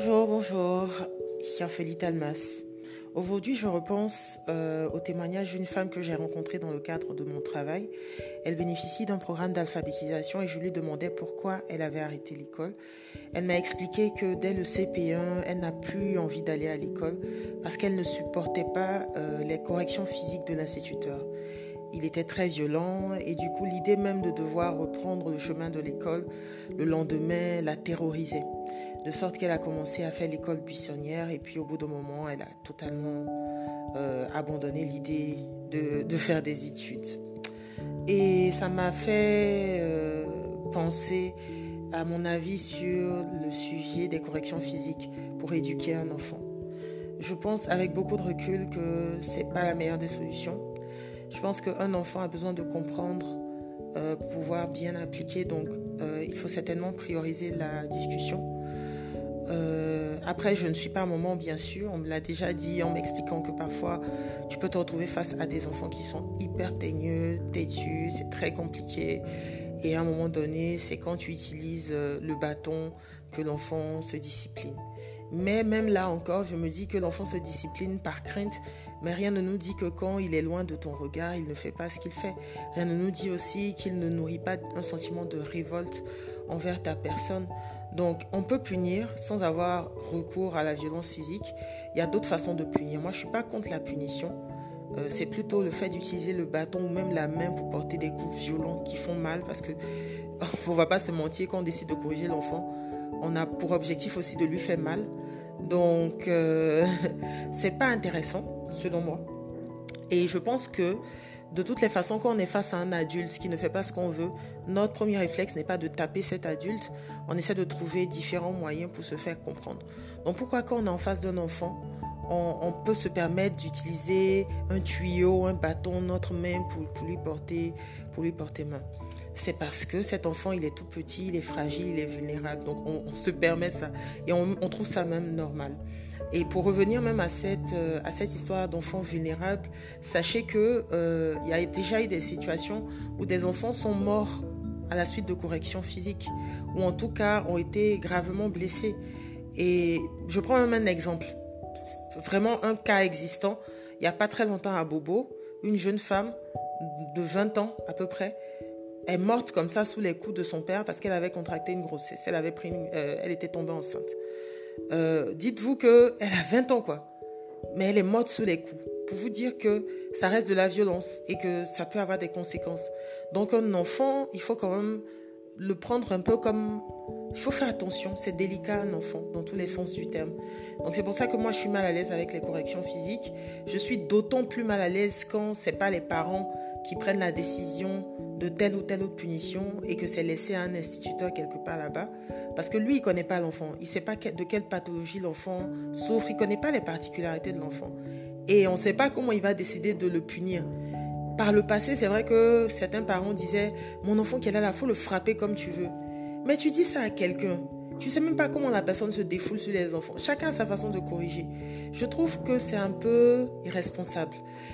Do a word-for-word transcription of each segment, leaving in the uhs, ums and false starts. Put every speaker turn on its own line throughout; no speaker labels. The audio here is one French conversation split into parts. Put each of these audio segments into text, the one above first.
Bonjour, bonjour, ici Ophélie Talmas. Aujourd'hui, je repense euh, au témoignage d'une femme que j'ai rencontrée dans le cadre de mon travail. Elle bénéficie d'un programme d'alphabétisation et je lui demandais pourquoi elle avait arrêté l'école. Elle m'a expliqué que dès le C P un, elle n'a plus envie d'aller à l'école parce qu'elle ne supportait pas euh, les corrections physiques de l'instituteur. Il était très violent et du coup, l'idée même de devoir reprendre le chemin de l'école le lendemain la terrorisait. De sorte qu'elle a commencé à faire l'école buissonnière et puis au bout d'un moment, elle a totalement euh, abandonné l'idée de, de faire des études. Et ça m'a fait euh, penser à mon avis sur le sujet des corrections physiques pour éduquer un enfant. Je pense avec beaucoup de recul que c'est pas la meilleure des solutions. Je pense qu'un enfant a besoin de comprendre euh, pour pouvoir bien appliquer. Donc, euh, il faut certainement prioriser la discussion. Euh, après, je ne suis pas maman, bien sûr. On me l'a déjà dit en m'expliquant que parfois, tu peux te retrouver face à des enfants qui sont hyper teigneux, têtus. C'est très compliqué. Et à un moment donné, c'est quand tu utilises le bâton que l'enfant se discipline. Mais même là encore, je me dis que l'enfant se discipline par crainte, mais rien ne nous dit que quand il est loin de ton regard, il ne fait pas ce qu'il fait. Rien ne nous dit aussi qu'il ne nourrit pas un sentiment de révolte envers ta personne. Donc, on peut punir sans avoir recours à la violence physique. Il y a d'autres façons de punir. Moi, je ne suis pas contre la punition. Euh, c'est plutôt le fait d'utiliser le bâton ou même la main pour porter des coups violents qui font mal parce que on ne va pas se mentir, quand on décide de corriger l'enfant, on a pour objectif aussi de lui faire mal. Donc, euh, c'est pas intéressant, selon moi. Et je pense que, de toutes les façons, quand on est face à un adulte qui ne fait pas ce qu'on veut, notre premier réflexe n'est pas de taper cet adulte. On essaie de trouver différents moyens pour se faire comprendre. Donc, pourquoi quand on est en face d'un enfant, on, on peut se permettre d'utiliser un tuyau, un bâton, notre main pour, pour lui porter, pour lui porter main? C'est parce que cet enfant, il est tout petit, il est fragile, il est vulnérable. Donc, on, on se permet ça. Et on, on trouve ça même normal. Et pour revenir même à cette, euh, à cette histoire d'enfants vulnérables, sachez qu'il euh, y a déjà eu des situations où des enfants sont morts à la suite de corrections physiques, ou en tout cas ont été gravement blessés. Et je prends même un exemple. Vraiment un cas existant. Il n'y a pas très longtemps à Bobo, une jeune femme de vingt ans à peu près, est morte comme ça sous les coups de son père parce qu'elle avait contracté une grossesse. Elle, avait pris une, euh, elle était tombée enceinte. Euh, dites-vous qu'elle a vingt ans, quoi. Mais elle est morte sous les coups. Pour vous dire que ça reste de la violence et que ça peut avoir des conséquences. Donc un enfant, il faut quand même le prendre un peu comme... Il faut faire attention, c'est délicat un enfant, dans tous les sens du terme. Donc c'est pour ça que moi je suis mal à l'aise avec les corrections physiques. Je suis d'autant plus mal à l'aise quand ce n'est pas les parents qui prennent la décision de telle ou telle autre punition et que c'est laissé à un instituteur quelque part là-bas. Parce que lui, il ne connaît pas l'enfant. Il ne sait pas de quelle pathologie l'enfant souffre. Il ne connaît pas les particularités de l'enfant. Et on ne sait pas comment il va décider de le punir. Par le passé, c'est vrai que certains parents disaient « Mon enfant qui est là, il faut le frapper comme tu veux. » Mais tu dis ça à quelqu'un. Tu ne sais même pas comment la personne se défoule sur les enfants. Chacun a sa façon de corriger. Je trouve que c'est un peu irresponsable.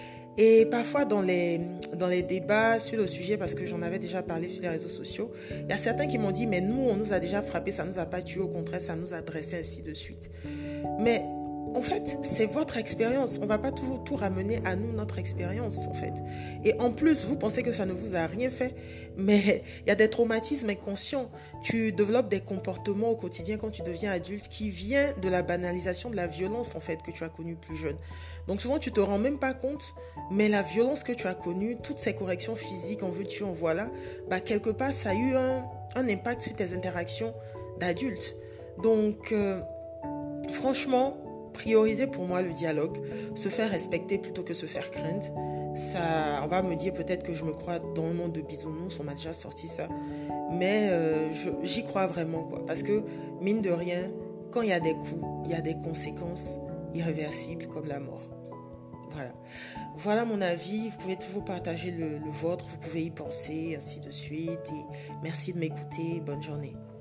Et parfois dans les, dans les débats sur le sujet, parce que j'en avais déjà parlé sur les réseaux sociaux, il y a certains qui m'ont dit « Mais nous, on nous a déjà frappé, ça ne nous a pas tué, au contraire, ça nous a dressé ainsi de suite. » Mais en fait, c'est votre expérience. On ne va pas toujours tout ramener à nous, notre expérience, en fait. Et en plus, vous pensez que ça ne vous a rien fait, mais il y a des traumatismes inconscients. Tu développes des comportements au quotidien quand tu deviens adulte qui viennent de la banalisation de la violence, en fait, que tu as connue plus jeune. Donc souvent, tu ne te rends même pas compte, mais la violence que tu as connue, toutes ces corrections physiques, en veux-tu, en voilà, bah, quelque part, ça a eu un, un impact sur tes interactions d'adulte. Donc, euh, franchement, prioriser pour moi le dialogue, se faire respecter plutôt que se faire craindre. Ça, on va me dire peut-être que je me crois dans un monde de bisounours, on m'a déjà sorti ça. Mais euh, je, j'y crois vraiment, quoi. Parce que, mine de rien, quand il y a des coups, il y a des conséquences irréversibles comme la mort. Voilà. Voilà mon avis. Vous pouvez toujours partager le, le vôtre, vous pouvez y penser, ainsi de suite. Et merci de m'écouter. Bonne journée.